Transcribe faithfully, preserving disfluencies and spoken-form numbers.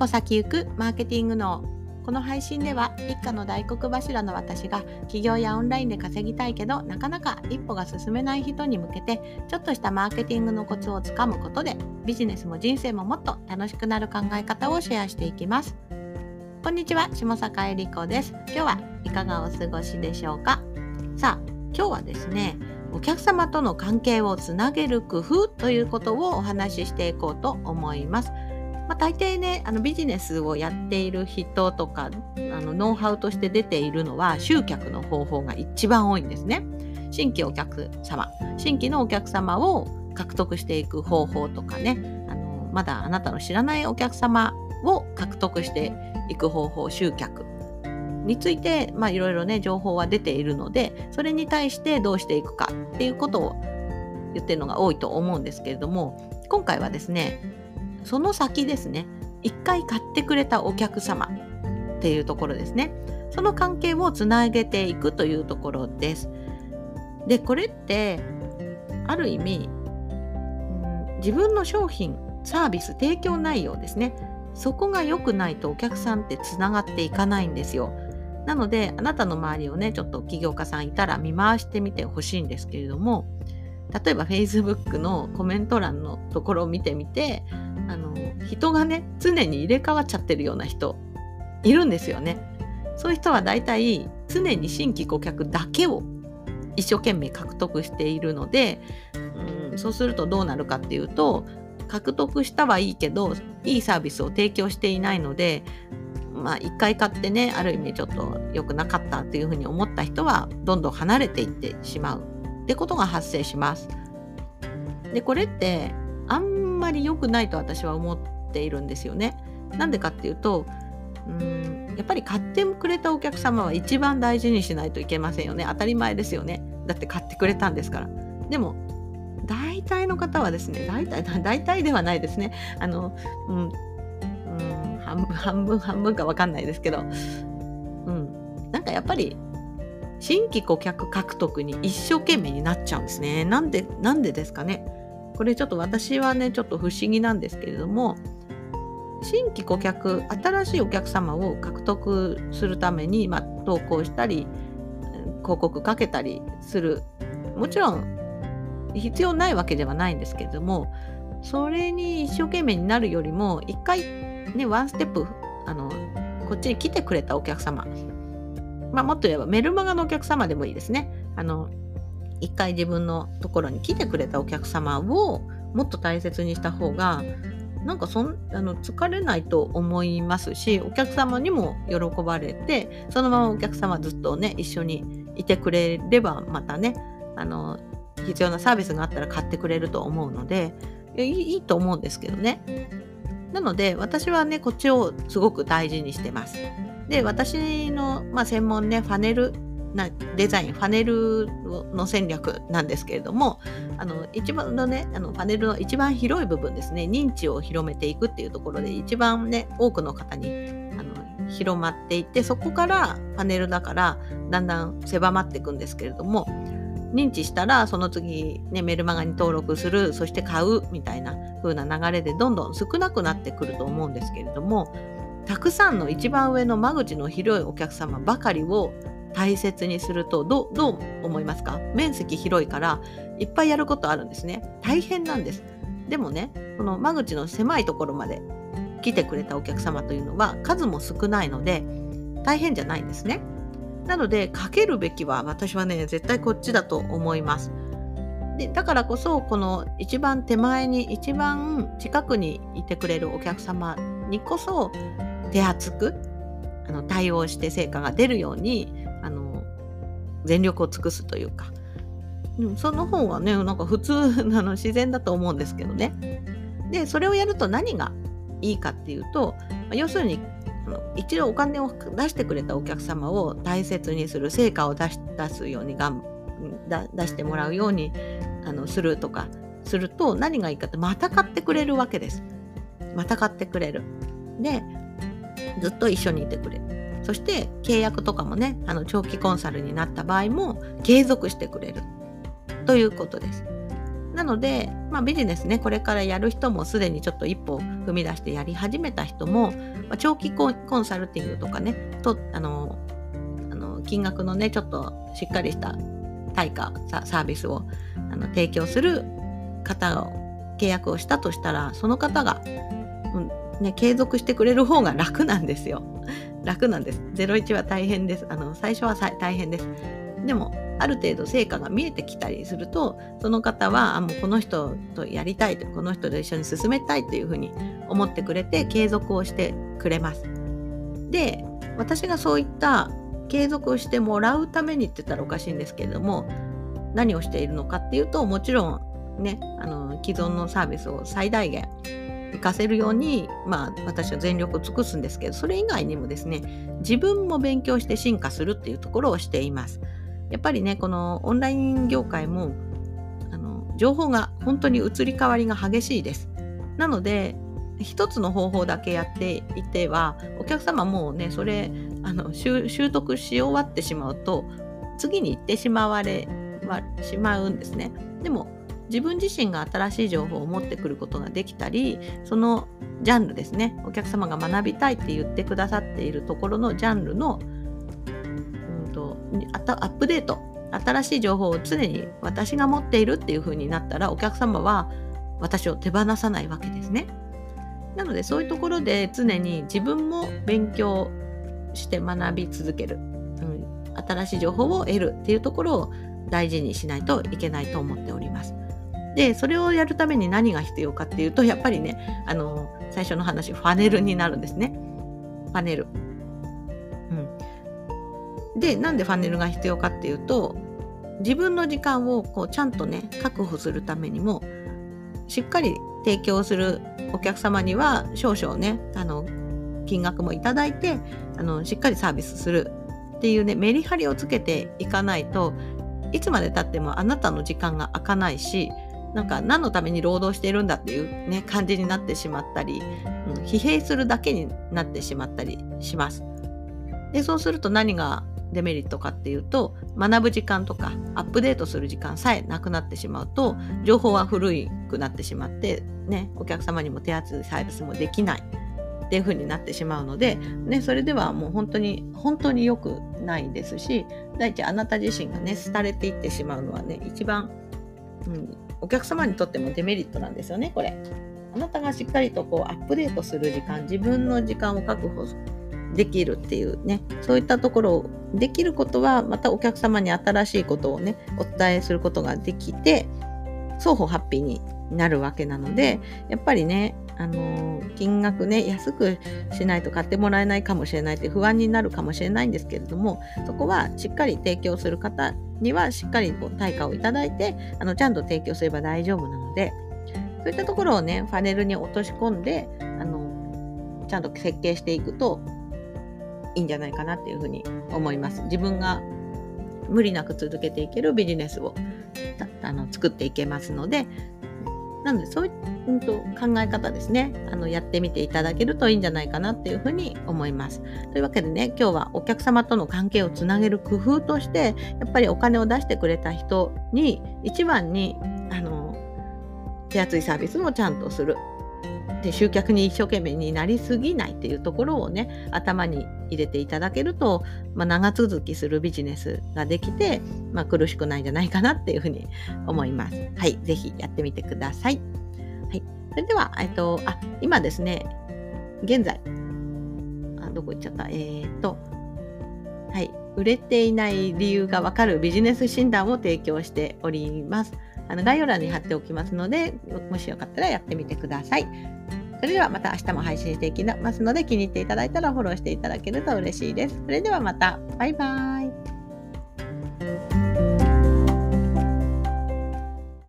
歩先行くマーケティング脳。この配信では一家の大黒柱の私が起業やオンラインで稼ぎたいけどなかなか一歩が進めない人に向けてちょっとしたマーケティングのコツをつかむことでビジネスも人生ももっと楽しくなる考え方をシェアしていきます。こんにちは、下坂恵理子です。今日はいかがお過ごしでしょうか。さあ、今日はですね、お客様との関係をつなげる工夫ということをお話ししていこうと思います。まあ、大抵ね、あのビジネスをやっている人とかあのノウハウとして出ているのは集客の方法が一番多いんですね。新規お客様、新規のお客様を獲得していく方法とかね、あのまだあなたの知らないお客様を獲得していく方法、集客について、まあ、いろいろね情報は出ているので、それに対してどうしていくかっていうことを言ってるのが多いと思うんですけれども、今回はですね、その先ですね、一回買ってくれたお客様っていうところですね。その関係をつなげていくというところです。で、これってある意味、うん、自分の商品、サービス、提供内容ですね。そこが良くないとお客さんってつながっていかないんですよ。なので、あなたの周りをね、ちょっと起業家さんいたら見回してみてほしいんですけれども、例えば Facebook のコメント欄のところを見てみて、あの人がね常に入れ替わっちゃってるような人いるんですよね。そういう人はだいたい常に新規顧客だけを一生懸命獲得しているので、うん、そうするとどうなるかっていうと、獲得したはいいけどいいサービスを提供していないので、まあ一回買ってね、ある意味ちょっと良くなかったっていうふうに思った人はどんどん離れていってしまうってことが発生します。で、これってあんまり良くないと私は思っているんですよね。なんでかっていうと、うーんやっぱり買ってくれたお客様は一番大事にしないといけませんよね。当たり前ですよね。だって買ってくれたんですから。でも大体の方はですね、大体大体ではないですね。あの、うん、うん半分半分半分か分かんないですけど、うん、なんかやっぱり新規顧客獲得に一生懸命になっちゃうんですね。なんでなんでですかね。これちょっと私はねちょっと不思議なんですけれども、新規顧客、新しいお客様を獲得するために、まあ、投稿したり広告かけたりする、もちろん必要ないわけではないんですけれども、それに一生懸命になるよりも一回ねワンステップあのこっちに来てくれたお客様、まあ、もっと言えばメルマガのお客様でもいいですね。あの一回自分のところに来てくれたお客様をもっと大切にした方がなんかそんあの疲れないと思いますし、お客様にも喜ばれて、そのままお客様ずっとね一緒にいてくれれば、またねあの必要なサービスがあったら買ってくれると思うのでいい、いいと思うんですけどね。なので私はねこっちをすごく大事にしてます。で、私の、まあ、専門ねファネルなデザイン、ファネルの戦略なんですけれども、あの一番のねあのファネルの一番広い部分ですね、認知を広めていくっていうところで一番ね多くの方にあの広まっていって、そこからパネルだからだんだん狭まっていくんですけれども、認知したらその次、ね、メルマガに登録する、そして買うみたいな風な流れでどんどん少なくなってくると思うんですけれども、たくさんの一番上の間口の広いお客様ばかりを大切にするとどう、どう思いますか？面積広いからいっぱいやることあるんですね。大変なんです。でもね、この間口の狭いところまで来てくれたお客様というのは数も少ないので大変じゃないんですね。なのでかけるべきは私はね絶対こっちだと思います。で、だからこそこの一番手前に一番近くにいてくれるお客様にこそ手厚くあの対応して成果が出るようにあの全力を尽くすというか、うん、その方がねなんか普通あの自然だと思うんですけどね。で、それをやると何がいいかっていうと、要するにあの一度お金を出してくれたお客様を大切にする、成果を出し出すようにがんだ出してもらうようにあのするとかすると何がいいかって、また買ってくれるわけです。また買ってくれる。で、ずっと一緒にいてくれる。そして契約とかもね、あの長期コンサルになった場合も継続してくれるということです。 なので、まあ、ビジネスね、これからやる人もすでにちょっと一歩踏み出してやり始めた人も、まあ、長期コン、コンサルティングとかね、とあのあの金額のね、ちょっとしっかりした対価ササービスをあの提供する方を契約をしたとしたら、その方が、うんね、継続してくれる方が楽なんですよ。楽なんです。ゼロイチは大変です。あの最初は大変です。でもある程度成果が見えてきたりすると、その方はあもうこの人とやりたいと、この人と一緒に進めたいというふうに思ってくれて継続をしてくれます。で、私がそういった継続をしてもらうためにって言ったらおかしいんですけれども、何をしているのかっていうと、もちろんね、あの既存のサービスを最大限活かせるように、まあ、私は全力を尽くすんですけど、それ以外にもですね、自分も勉強して進化するっていうところをしています。やっぱりね、このオンライン業界もあの情報が本当に移り変わりが激しいです。なので一つの方法だけやっていては、お客様もうね、それあの 習, 習得し終わってしまうと次に行ってしまわれはしまうんですね。でも自分自身が新しい情報を持ってくることができたり、そのジャンルですね、お客様が学びたいって言ってくださっているところのジャンルのアップデート、新しい情報を常に私が持っているっていう風になったら、お客様は私を手放さないわけですね。なのでそういうところで常に自分も勉強して学び続ける、うん、新しい情報を得るっていうところを大事にしないといけないと思っております。で、それをやるために何が必要かっていうと、やっぱりね、あの最初の話、ファネルになるんですね。ファネル。で、なんでファネルが必要かっていうと、自分の時間をこうちゃんとね確保するためにも、しっかり提供するお客様には少々ね、あの金額もいただいて、あのしっかりサービスするっていうね、メリハリをつけていかないと、いつまで経ってもあなたの時間が空かないし、なんか何のために労働しているんだっていうね感じになってしまったり、うん、疲弊するだけになってしまったりします。で、そうすると何がデメリットかっていうと、学ぶ時間とかアップデートする時間さえなくなってしまうと、情報は古くなってしまってね、お客様にも手厚いサービスもできないっていう風になってしまうので、ね、それではもう本当に本当に良くないですし、第一あなた自身がね廃れていってしまうのはね、一番、うん、お客様にとってもデメリットなんですよね、これ。あなたがしっかりとこうアップデートする時間、自分の時間を確保できるっていうね、そういったところをできることは、またお客様に新しいことをねお伝えすることができて、双方ハッピーになるわけなので、やっぱりね、あのー、金額ね安くしないと買ってもらえないかもしれないって不安になるかもしれないんですけれども、そこはしっかり提供する方にはしっかりこう対価をいただいて、あのちゃんと提供すれば大丈夫なので、そういったところをねファネルに落とし込んで、あのちゃんと設計していくといいんじゃないかなっていうふうに思います。自分が無理なく続けていけるビジネスをあの作っていけますので、なのでそういう、うん、と考え方ですね、あのやってみていただけるといいんじゃないかなっていうふうに思います。というわけでね、今日はお客様との関係をつなげる工夫として、やっぱりお金を出してくれた人に一番にあの手厚いサービスもちゃんとする。で、集客に一生懸命になりすぎないっていうところをね頭に入れていただけると、まあ、長続きするビジネスができて、まあ、苦しくないんじゃないかなっていうふうに思います。はい、ぜひやってみてください。はい、それでは、えっと、あ今ですね、現在あどこ行っちゃったえー、っとはい売れていない理由がわかるビジネス診断を提供しております。あの概要欄に貼っておきますので、もしよかったらやってみてください。それではまた明日も配信していきますので、気に入っていただいたらフォローしていただけると嬉しいです。それではまた。バイバイ。